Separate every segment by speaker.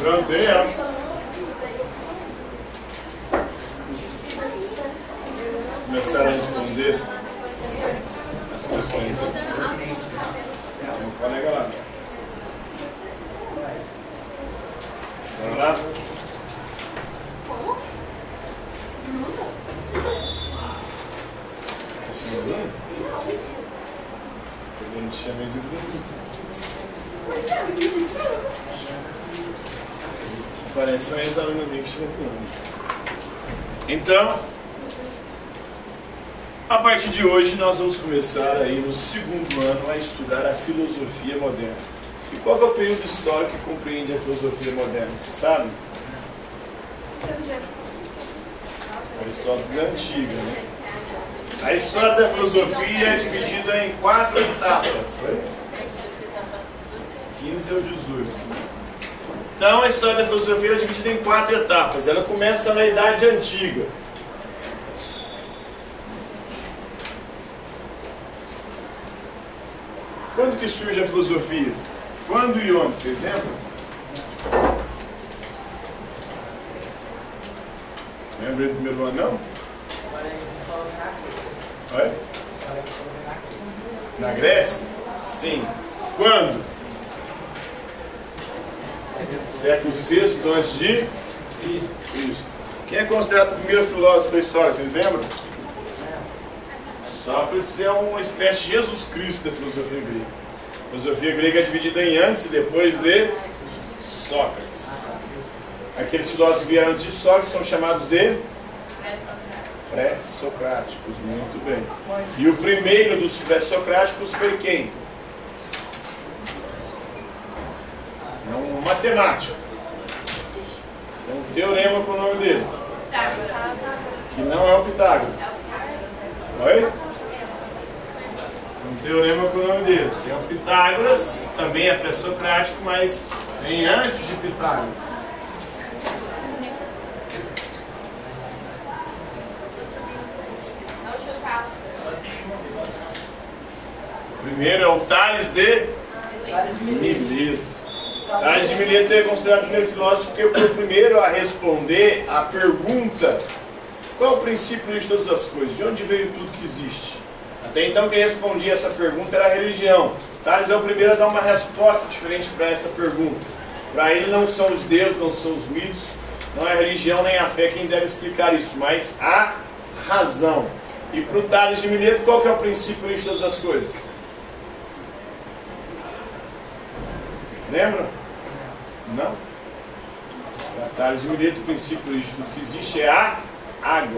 Speaker 1: Fronteira. Começar a responder as questões. Não pode negar lá. Vamos lá? Você chama Bruno? Eu não te chamei de Bruno. Parece um ex-aluno meu que chama Bruno. Então, a partir de hoje nós vamos começar aí no segundo ano a estudar a filosofia moderna. E qual é o período histórico que compreende a filosofia moderna? Você sabe? Aristóteles é antiga, né? A história da filosofia é dividida em 4 etapas. 15 ou 18. Então a história da filosofia é dividida em 4 etapas. Ela começa na Idade Antiga. Quando que surge a filosofia? Quando e onde? Vocês lembram? Lembra do primeiro ano, não? Oi? Na Grécia? Sim. Quando? Século VI antes de Cristo. Quem é considerado o primeiro filósofo da história? Vocês lembram? Sócrates é uma espécie de Jesus Cristo da filosofia grega. A filosofia grega é dividida em antes e depois de Sócrates. Aqueles filósofos que vieram antes de Sócrates são chamados de pré-socráticos. Muito bem. E o primeiro dos pré-socráticos foi quem? É um matemático. Tem um teorema com o nome dele. Que não é o Pitágoras. Oi? Um teorema com o nome dele. É o Pitágoras, também é pré-socrático, mas vem antes de Pitágoras. O primeiro é o Tales de Mileto. Tales de Mileto é considerado o primeiro filósofo porque foi o primeiro a responder a pergunta: qual é o princípio de todas as coisas? De onde veio tudo que existe? Até então quem respondia essa pergunta era a religião. Tales é o primeiro a dar uma resposta diferente para essa pergunta. Para ele não são os deuses, não são os mitos, não é a religião nem a fé quem deve explicar isso, mas a razão. E para o Tales de Mileto, qual que é o princípio de todas as coisas? Vocês lembram? Não? Para Tales de Mileto, o princípio de tudo que existe é a água.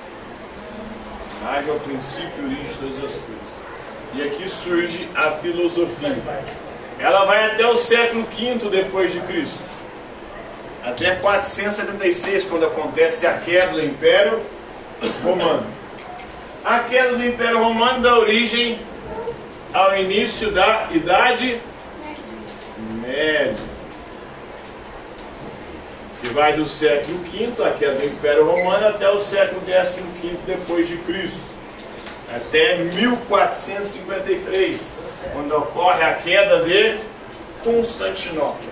Speaker 1: A água é o princípio e origem de todas as coisas. E aqui surge a filosofia. Ela vai até o século V depois de Cristo. Até 476, quando acontece a queda do Império Romano. A queda do Império Romano dá origem ao início da Idade Média, que vai do século V, a queda do Império Romano, até o século XV depois de Cristo, até 1453, quando ocorre a queda de Constantinopla.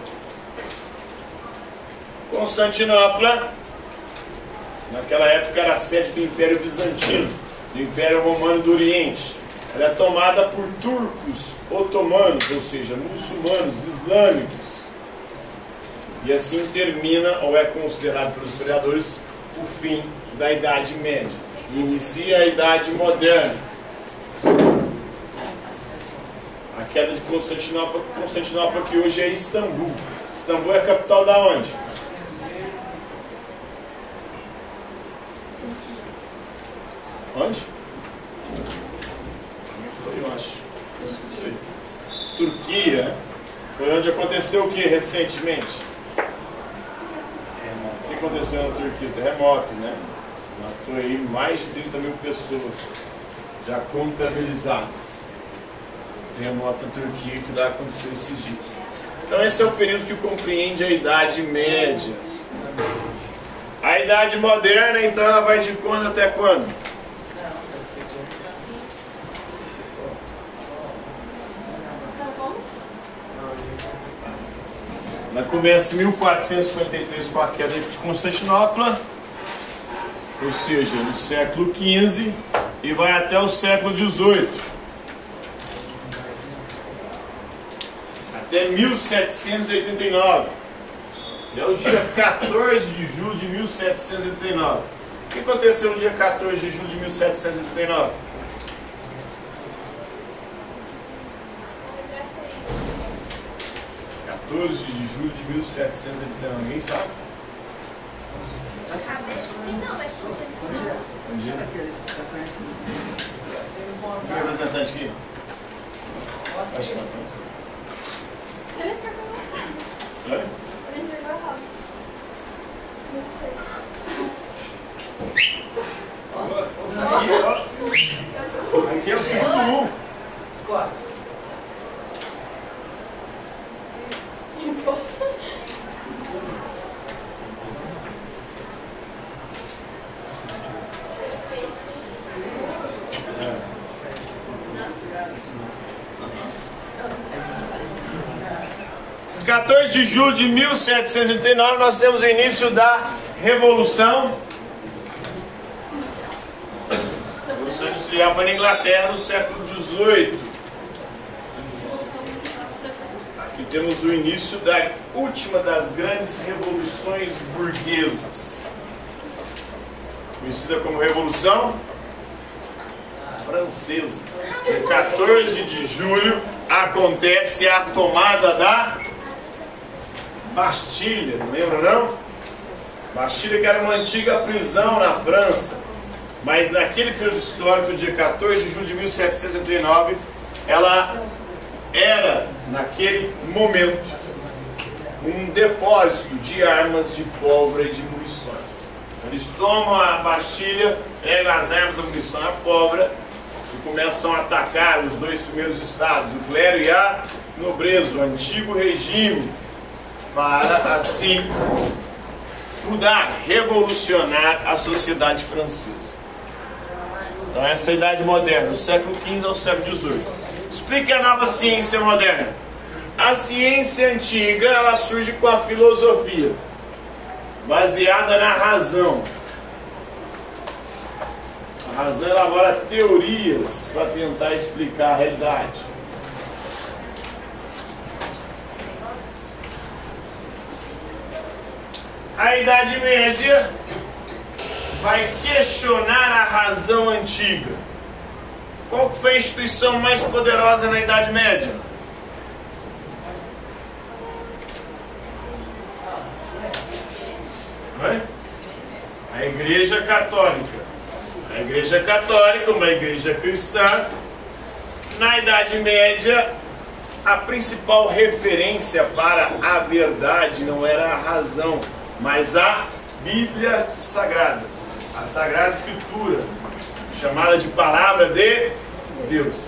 Speaker 1: Constantinopla, naquela época, era a sede do Império Bizantino, do Império Romano do Oriente. Ela é tomada por turcos otomanos, ou seja, muçulmanos, islâmicos. E assim termina, ou é considerado pelos historiadores, o fim da Idade Média. E inicia a Idade Moderna. A queda de Constantinopla que hoje é Istambul. Istambul é a capital da onde? Onde? Eu acho. Turquia. Foi onde aconteceu o que recentemente? O que aconteceu na Turquia? Terremoto, né? Matou aí mais de 30 mil pessoas já contabilizadas. Terremoto na Turquia que vai acontecer esses dias. Então esse é o período que compreende a Idade Média. A Idade Moderna, então, ela vai de quando até quando? Ela começa em 1453 com a queda de Constantinopla, ou seja, no século XV, e vai até o século XVIII. Até 1789. É o dia 14 de julho de 1789. O que aconteceu no dia 14 de julho de 1789? De julho de 1789. Ninguém sabe?
Speaker 2: Sim, não, mas
Speaker 1: quem é o representante aqui? Acho que
Speaker 2: ele entregou
Speaker 1: é?
Speaker 2: ele entregou errado. Não sei.
Speaker 1: Aqui é o segundo.
Speaker 3: Costa.
Speaker 2: Imposto.
Speaker 1: Em 14 de julho de 1789 nós temos o início da Revolução. A Revolução Industrial foi na Inglaterra no século XVIII. Aqui temos o início da última das grandes revoluções burguesas, conhecida como Revolução Francesa. Em 14 de julho acontece a tomada da Bastilha, não lembra não? Bastilha, que era uma antiga prisão na França, mas naquele período histórico, dia 14 de julho de 1789, ela era, naquele momento, um depósito de armas, de pólvora e de munições. Eles tomam a Bastilha, pegam as armas, a munição e a pólvora e começam a atacar os dois primeiros estados, o clero e a nobreza, o antigo regime, para assim mudar, revolucionar a sociedade francesa. Então essa é a Idade Moderna, do século XV ao século XVIII. Explique a nova ciência moderna. A ciência antiga, ela surge com a filosofia, baseada na razão. A razão elabora teorias para tentar explicar a realidade. A Idade Média vai questionar a razão antiga. Qual foi a instituição mais poderosa na Idade Média? A Igreja Católica. A Igreja Católica, uma igreja cristã, na Idade Média, a principal referência para a verdade não era a razão, mas a Bíblia Sagrada, a Sagrada Escritura, chamada de Palavra de Deus.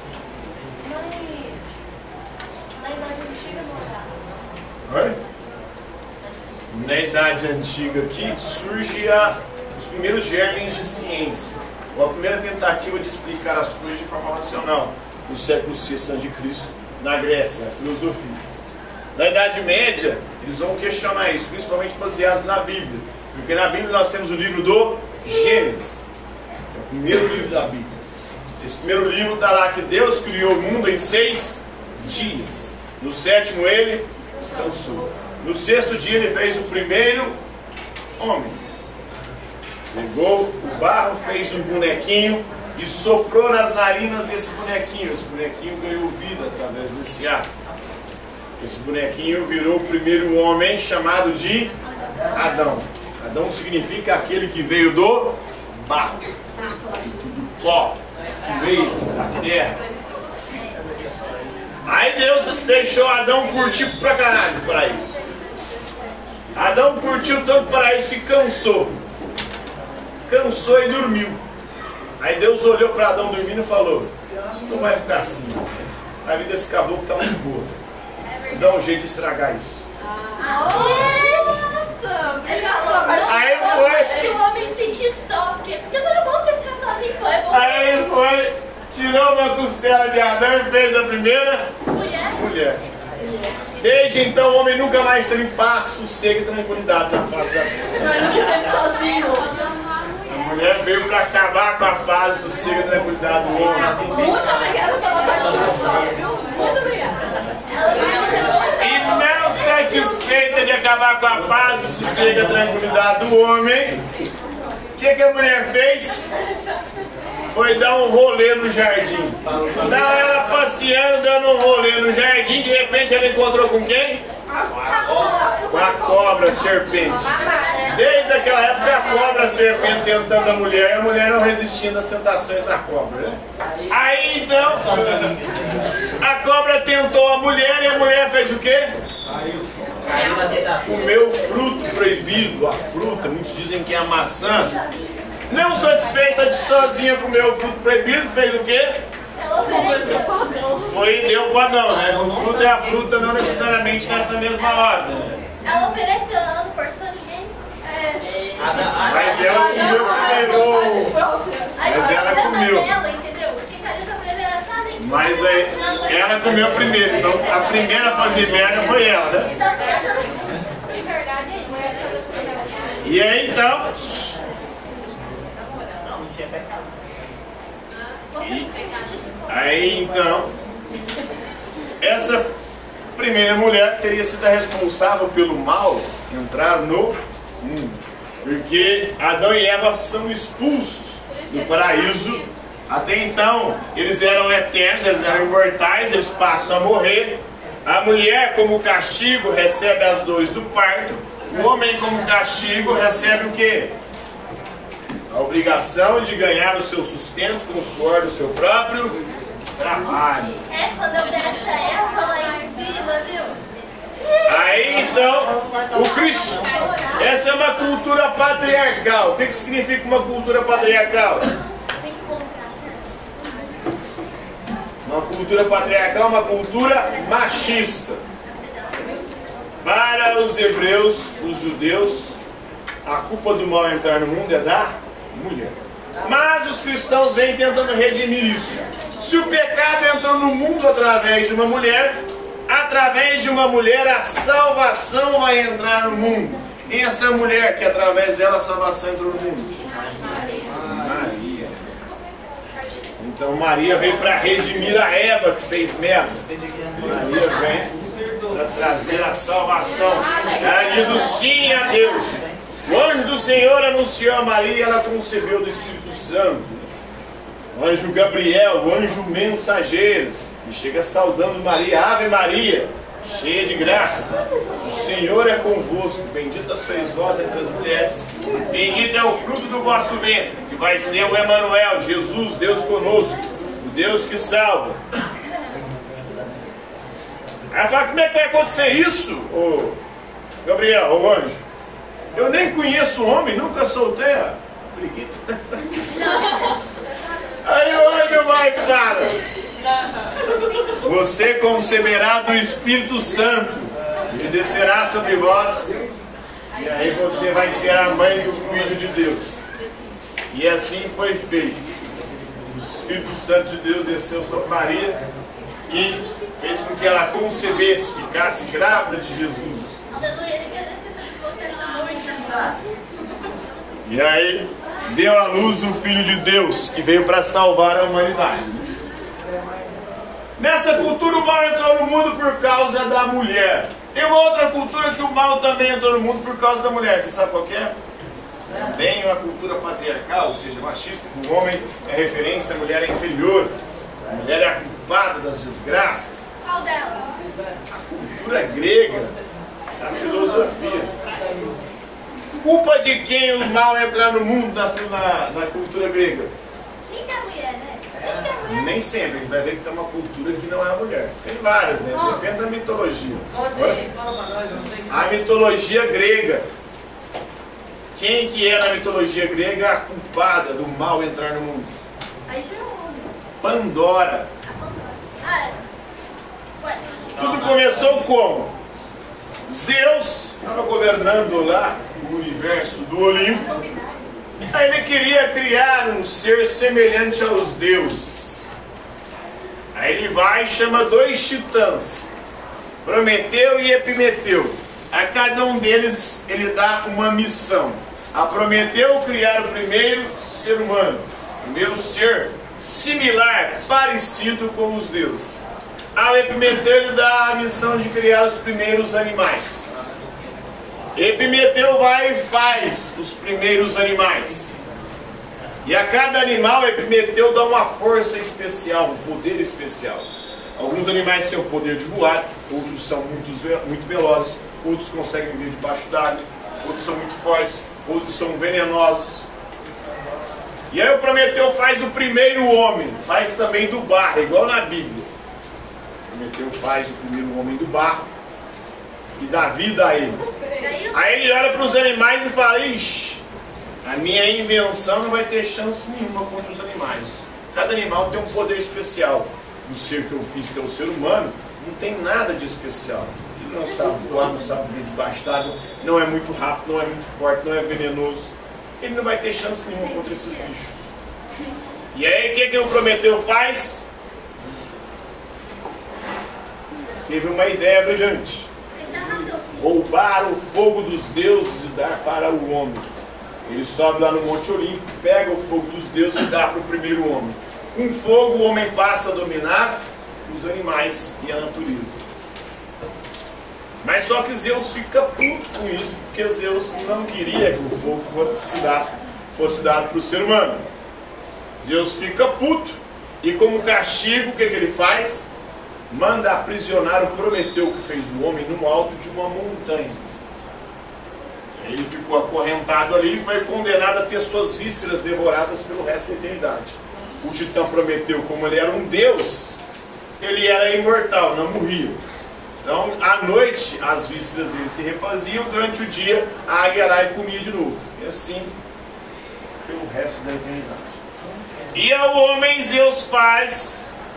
Speaker 2: Na Idade Antiga não era.
Speaker 1: Na Idade Antiga aqui surge os primeiros germes de ciência, ou a primeira tentativa de explicar as coisas de forma racional, no século VI a.C., na Grécia, a filosofia. Na Idade Média, eles vão questionar isso, principalmente baseados na Bíblia, porque na Bíblia nós temos o livro do Gênesis, é o primeiro livro da Bíblia. Esse primeiro livro está lá que Deus criou o mundo em 6 dias. No 7º ele descansou. No 6º dia ele fez o primeiro homem. Pegou o barro, fez um bonequinho e soprou nas narinas desse bonequinho. Esse bonequinho ganhou vida através desse ato. Esse bonequinho virou o primeiro homem, chamado de Adão. Adão significa aquele que veio do barro, do pó, que veio da terra. Aí Deus deixou Adão curtir pra caralho o paraíso. Adão curtiu tanto o paraíso que cansou e dormiu. Aí Deus olhou para Adão dormindo e falou: isso não vai ficar assim, a vida desse caboclo está muito boa, dá um jeito de estragar isso.
Speaker 2: Nossa! Ele falou, mas
Speaker 1: Aí foi.
Speaker 2: que o homem fique só, porque não é bom você ficar sozinho, pô, é bom.
Speaker 1: Aí ele foi, tirou uma costela de Adão e fez a primeira
Speaker 2: Mulher?
Speaker 1: mulher. Desde então o homem nunca mais teve paz, sossego e tranquilidade na face da terra.
Speaker 2: Nós não vivemos sozinhos.
Speaker 1: A mulher veio para acabar com a paz, sossego e tranquilidade do homem.
Speaker 2: Muito obrigada pela participação, viu? Muito obrigada.
Speaker 1: E não satisfeita de acabar com a paz, o sossego e a tranquilidade do homem, o que a mulher fez? Foi dar um rolê no jardim. Não, ela passeando, dando um rolê no jardim, de repente ela encontrou com quem? Com a cobra, a serpente. Desde aquela época a cobra, a serpente tentando a mulher não resistindo às tentações da cobra, né? Aí então, a cobra tentou a mulher e a mulher fez o quê? Comeu o fruto proibido, a fruta, muitos dizem que é a maçã. Não satisfeita de sozinha comer o fruto proibido, fez o quê?
Speaker 2: Ela ofereceu.
Speaker 1: Foi e deu para Adão, né? O fruto é a fruta, não necessariamente nessa mesma ordem.
Speaker 2: Ela ofereceu, ela não forçou ninguém.
Speaker 1: Mas ela comeu primeiro. Mas ela comeu. Mas aí, ela comeu primeiro, então a primeira a fazer merda foi ela, né? E aí então. Aí então, essa primeira mulher teria sido a responsável pelo mal entrar no mundo, porque Adão e Eva são expulsos do paraíso. Até então eles eram eternos, eles eram imortais, eles passam a morrer. A mulher, como castigo, recebe as dores do parto. O homem, como castigo, recebe o quê? A obrigação de ganhar o seu sustento com o suor do seu próprio trabalho.
Speaker 2: É, quando eu der essa erva lá em cima, viu?
Speaker 1: Aí então, essa é uma cultura patriarcal. O que significa uma cultura patriarcal?
Speaker 2: Tem que comprar.
Speaker 1: Uma cultura patriarcal é uma cultura machista. Para os hebreus, os judeus, a culpa do mal entrar no mundo é da mulher. Mas os cristãos vêm tentando redimir isso. Se o pecado entrou no mundo através de uma mulher a salvação vai entrar no mundo. Quem é essa mulher que através dela a salvação entrou no mundo? Maria. Então Maria veio para redimir a Eva que fez merda. Maria vem para trazer a salvação. Ela diz o sim a Deus. O anjo do Senhor anunciou a Maria e ela concebeu do Espírito Santo. O anjo Gabriel, o anjo mensageiro, que chega saudando Maria. Ave Maria, cheia de graça, o Senhor é convosco. Bendita sois vós entre as mulheres. Bendito é o fruto do vosso ventre, que vai ser o Emanuel, Jesus, Deus conosco, o Deus que salva. Aí fala, como é que vai acontecer isso, ô Gabriel, ô anjo? Eu nem conheço homem, nunca soltei a briguita. Aí o anjo vai, cara. Você conceberá do Espírito Santo, ele descerá sobre vós, e aí você vai ser a mãe do Filho de Deus. E assim foi feito. O Espírito Santo de Deus desceu sobre Maria e fez com que ela concebesse, ficasse grávida de Jesus.
Speaker 2: Aleluia,
Speaker 1: e aí deu à luz o Filho de Deus, que veio para salvar a humanidade. Nessa cultura o mal entrou no mundo por causa da mulher. Tem uma outra cultura que o mal também entrou no mundo por causa da mulher. Você sabe qual que é? Também uma cultura patriarcal, ou seja, machista. O homem é referência, a mulher é inferior. A mulher é a culpada das desgraças.
Speaker 2: Qual delas?
Speaker 1: A cultura grega, a filosofia. Culpa de quem o mal entrar no mundo na cultura grega?
Speaker 2: Sempre a mulher, né? Sempre a mulher.
Speaker 1: Nem sempre, a gente vai ver que tem uma cultura que não é a mulher. Tem várias, né? Depende da mitologia. A mitologia grega. Quem que é na mitologia grega a culpada do mal entrar no mundo?
Speaker 2: Aí já é um homem.
Speaker 1: Pandora.
Speaker 2: Ah, é. Ué.
Speaker 1: Tudo começou como? Zeus estava governando lá o universo do Olimpo. Aí ele queria criar um ser semelhante aos deuses. Aí ele vai e chama 2 titãs. Prometeu e Epimeteu. A cada um deles ele dá uma missão. A Prometeu criar o primeiro ser humano, o primeiro ser similar, parecido com os deuses. Ao Epimeteu ele dá a missão de criar os primeiros animais. Epimeteu vai e faz os primeiros animais. E a cada animal Epimeteu dá uma força especial, um poder especial. Alguns animais têm o poder de voar, outros são muito velozes, outros conseguem viver debaixo d'água, outros são muito fortes, outros são venenosos. E aí o Prometeu faz o primeiro homem, faz também do barro, igual na Bíblia. O Prometeu faz o primeiro homem do barro e dá vida a ele. Aí ele olha para os animais e fala, ixi, a minha invenção não vai ter chance nenhuma contra os animais. Cada animal tem um poder especial. O ser que eu fiz, que é o ser humano, não tem nada de especial. Ele não sabe voar, não sabe viver debaixo d'água, não é muito rápido, não é muito forte, não é venenoso. Ele não vai ter chance nenhuma contra esses bichos. E aí o que o Prometeu faz? Teve uma ideia brilhante. Roubar o fogo dos deuses e dar para o homem. Ele sobe lá no Monte Olimpo, pega o fogo dos deuses e dá para o primeiro homem. Com fogo o homem passa a dominar os animais e a natureza. Mas só que Zeus fica puto com isso, porque Zeus não queria que o fogo fosse dado para o ser humano. Zeus fica puto e como castigo o que ele faz? Manda aprisionar o Prometeu que fez o homem no alto de uma montanha. Ele ficou acorrentado ali e foi condenado a ter suas vísceras devoradas pelo resto da eternidade. O Titã Prometeu, como ele era um deus, ele era imortal, não morria. Então, à noite, as vísceras dele se refaziam, durante o dia, a águia lá e comia de novo. E assim, pelo resto da eternidade. E ao homem Zeus faz,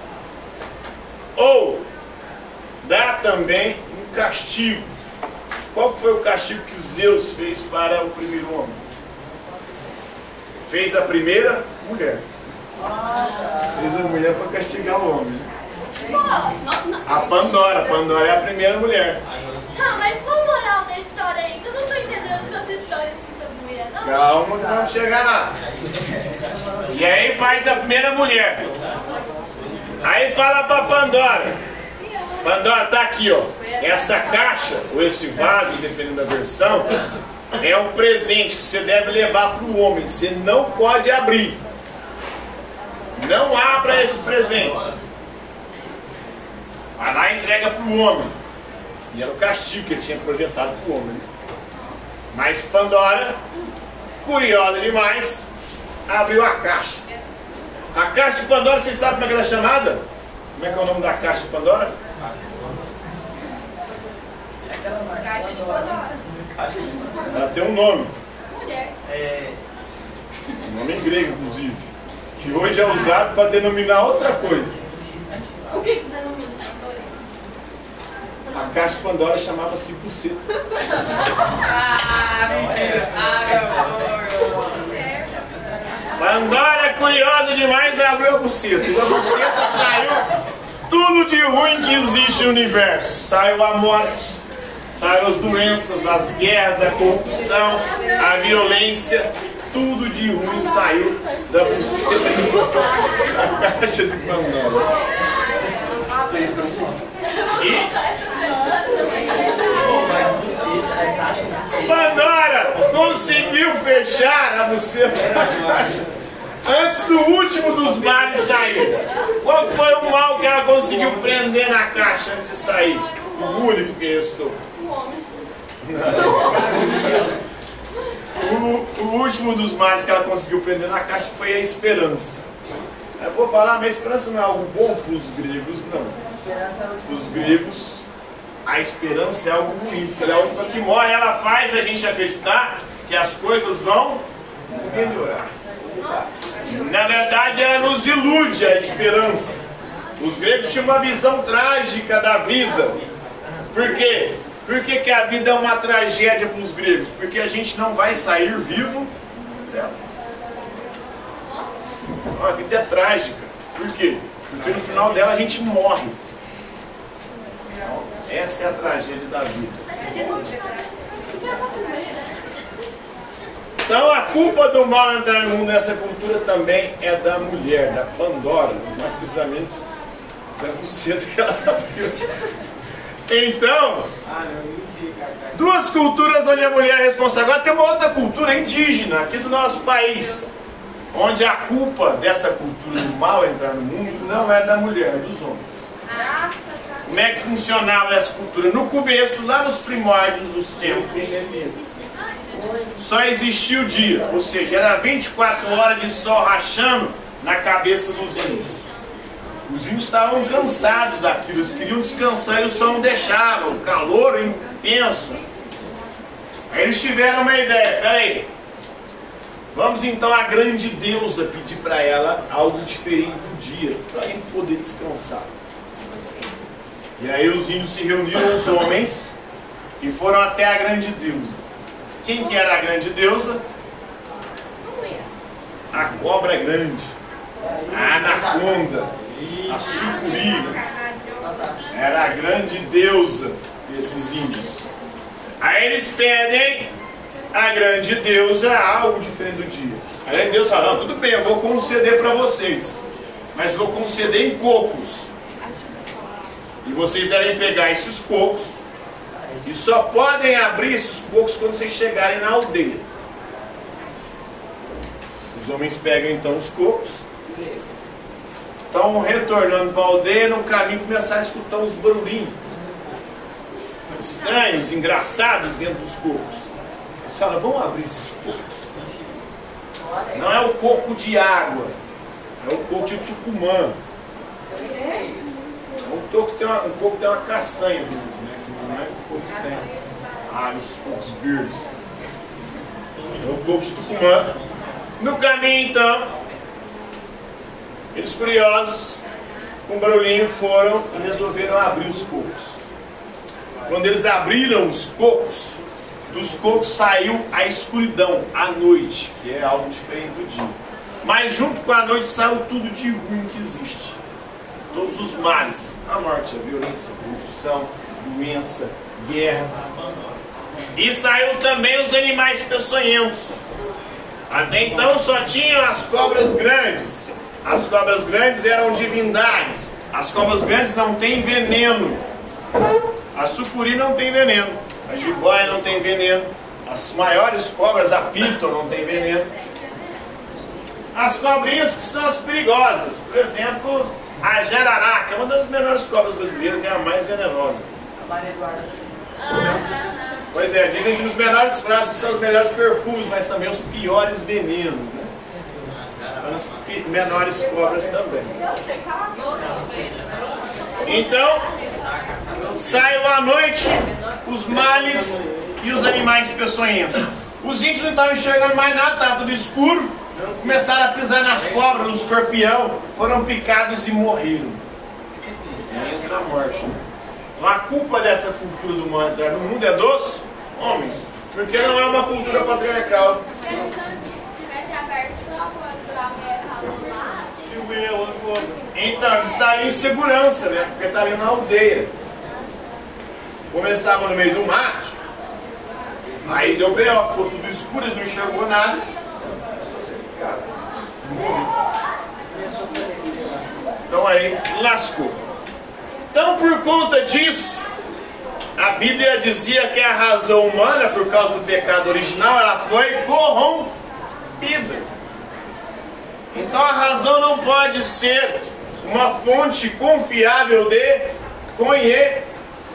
Speaker 1: ou dá também um castigo. Qual foi o castigo que Zeus fez para o primeiro homem? Fez a primeira mulher. Fez a mulher para castigar o homem. A Pandora. A Pandora é a primeira mulher.
Speaker 2: Tá, mas qual a moral da história aí? Que eu não tô entendendo tanta história assim sobre mulher, não.
Speaker 1: Calma que vamos chegar lá. E aí faz a primeira mulher. Aí fala para Pandora. Pandora, tá aqui, ó. Essa caixa, ou esse vaso, dependendo da versão, é um presente que você deve levar para o homem. Você não pode abrir. Não abra esse presente. Vai lá e entrega para o homem. E era o castigo que ele tinha projetado para o homem. Mas Pandora, curiosa demais, abriu a caixa. A caixa de Pandora, vocês sabem como é que ela é chamada? Como é que é o nome da caixa de Pandora?
Speaker 2: Caixa de Pandora.
Speaker 1: Ela tem um nome.
Speaker 2: Mulher.
Speaker 1: Um nome em grego, inclusive. Que hoje é usado para denominar outra coisa.
Speaker 2: O que denomina Pandora?
Speaker 1: A caixa de Pandora chamava-se buceta.
Speaker 3: Mentira!
Speaker 1: Pandora, curiosa demais, abriu a buceta. E da buceta saiu tudo de ruim que existe no universo. Saiu a morte, saiu as doenças, as guerras, a corrupção, a violência. Tudo de ruim saiu da buceta da caixa de Pandora. E Pandora conseguiu fechar a buceta da caixa antes do último dos males sair. Qual foi o mal que ela conseguiu prender na caixa antes de sair? O único que restou.
Speaker 2: O homem.
Speaker 1: O último dos males que ela conseguiu prender na caixa foi a esperança. Eu vou falar, mas a esperança não é algo bom para os gregos, não. Para os gregos, a esperança é algo ruim, porque ela é a última que morre, ela faz a gente acreditar que as coisas vão melhorar. Na verdade, ela nos ilude, a esperança. Os gregos tinham uma visão trágica da vida. Por quê? Por que a vida é uma tragédia para os gregos? Porque a gente não vai sair vivo dela. A vida é trágica. Por quê? Porque no final dela a gente morre. Essa é a tragédia da vida. Então a culpa do mal entrar no mundo nessa cultura também é da mulher, da Pandora, mais precisamente da buceta que ela abriu. Então, duas culturas onde a mulher é responsável. Agora tem uma outra cultura indígena aqui do nosso país, onde a culpa dessa cultura do mal entrar no mundo não é da mulher, é dos homens. Como é que funcionava essa cultura? No começo, lá nos primórdios dos tempos, só existia o dia, ou seja, era 24 horas de sol rachando na cabeça dos índios. Os índios estavam cansados daquilo, eles queriam descansar e o sol não deixava, o calor intenso. Aí eles tiveram uma ideia, peraí, vamos então a grande deusa pedir para ela algo diferente do dia, para a gente poder descansar. E aí os índios se reuniram, os homens, e foram até a grande deusa. Quem que era a grande deusa? A cobra grande, a anaconda, a sucuri. Era a grande deusa desses índios. Aí eles pedem a grande deusa algo diferente do dia. A grande deusa fala, não, tudo bem, eu vou conceder para vocês, mas vou conceder em cocos. E vocês devem pegar esses cocos, e só podem abrir esses cocos quando vocês chegarem na aldeia. Os homens pegam então os cocos, estão retornando para a aldeia, no caminho começaram a escutar uns barulhinhos estranhos, engraçados dentro dos cocos. Eles falam, vamos abrir esses cocos. Não é o coco de água, é o coco de Tucumã. Um coco tem uma castanha dentro, né? Não é o coco que tem. Esses cocos verdes. É o coco de Tucumã. No caminho, então, eles curiosos, com barulhinho, foram e resolveram abrir os cocos. Quando eles abriram os cocos, dos cocos saiu a escuridão, a noite, que é algo diferente do dia. Mas junto com a noite saiu tudo de ruim que existe. Todos os males, a morte, a violência, a corrupção, doença, guerras. E saiu também os animais peçonhentos. Até então só tinham as cobras grandes. As cobras grandes eram divindades. As cobras grandes não têm veneno. A sucuri não tem veneno. A jiboia não tem veneno. As maiores cobras, a piton, não tem veneno. As cobrinhas que são as perigosas. Por exemplo, a jararaca, uma das menores cobras brasileiras, é a mais venenosa.
Speaker 3: A Maria Eduarda.
Speaker 1: Pois é, dizem que nos menores frascos estão os melhores perfumes, mas também os piores venenos, né? Estão as menores cobras também. Então, saiu à noite os males e os animais peçonhentos. Os índios não estavam enxergando mais nada, estava tudo escuro. Começaram a pisar nas cobras, no escorpião, foram picados e morreram. Entra a morte. Então a culpa dessa cultura do mal entrar no mundo é dos homens, porque não é uma cultura patriarcal.
Speaker 2: Se tivesse aberto só quando a mulher falou lá.
Speaker 1: Então eles estariam em segurança, né? Porque estariam na aldeia. Como eles estavam no meio do mato, aí deu B.O., ficou tudo escuro, eles não enxergou nada. Então aí lascou. Então por conta disso, a Bíblia dizia que a razão humana, por causa do pecado original, ela foi corrompida. Então a razão não pode ser uma fonte confiável de conhecimento.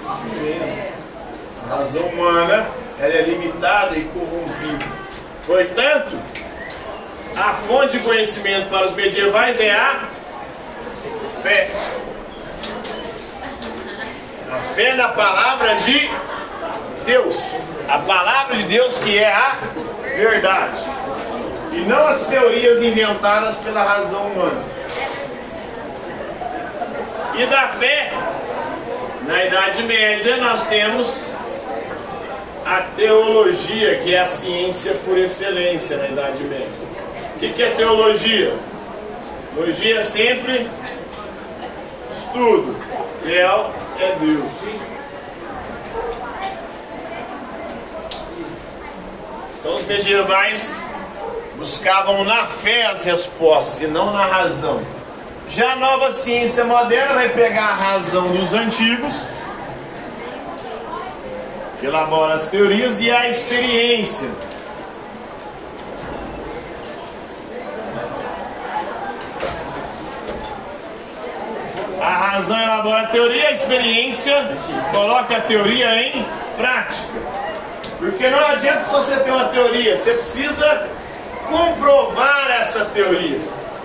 Speaker 1: A razão humana, ela é limitada e corrompida. Portanto, a fonte de conhecimento para os medievais é a fé. A fé na palavra de Deus. A palavra de Deus que é a verdade. E não as teorias inventadas pela razão humana. E da fé, na Idade Média, nós temos a teologia, que é a ciência por excelência na Idade Média. O que é teologia? Teologia é sempre estudo. Tel é Deus. Então os medievais buscavam na fé as respostas e não na razão. Já a nova ciência moderna vai pegar a razão dos antigos, que elabora as teorias, e a experiência. A razão elabora a teoria, a experiência coloca a teoria em prática. Porque não adianta só você ter uma teoria, você precisa comprovar essa teoria.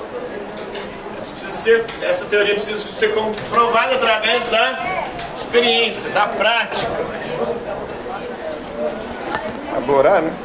Speaker 1: Essa teoria precisa ser comprovada através da experiência, da prática.
Speaker 3: Elaborar, né?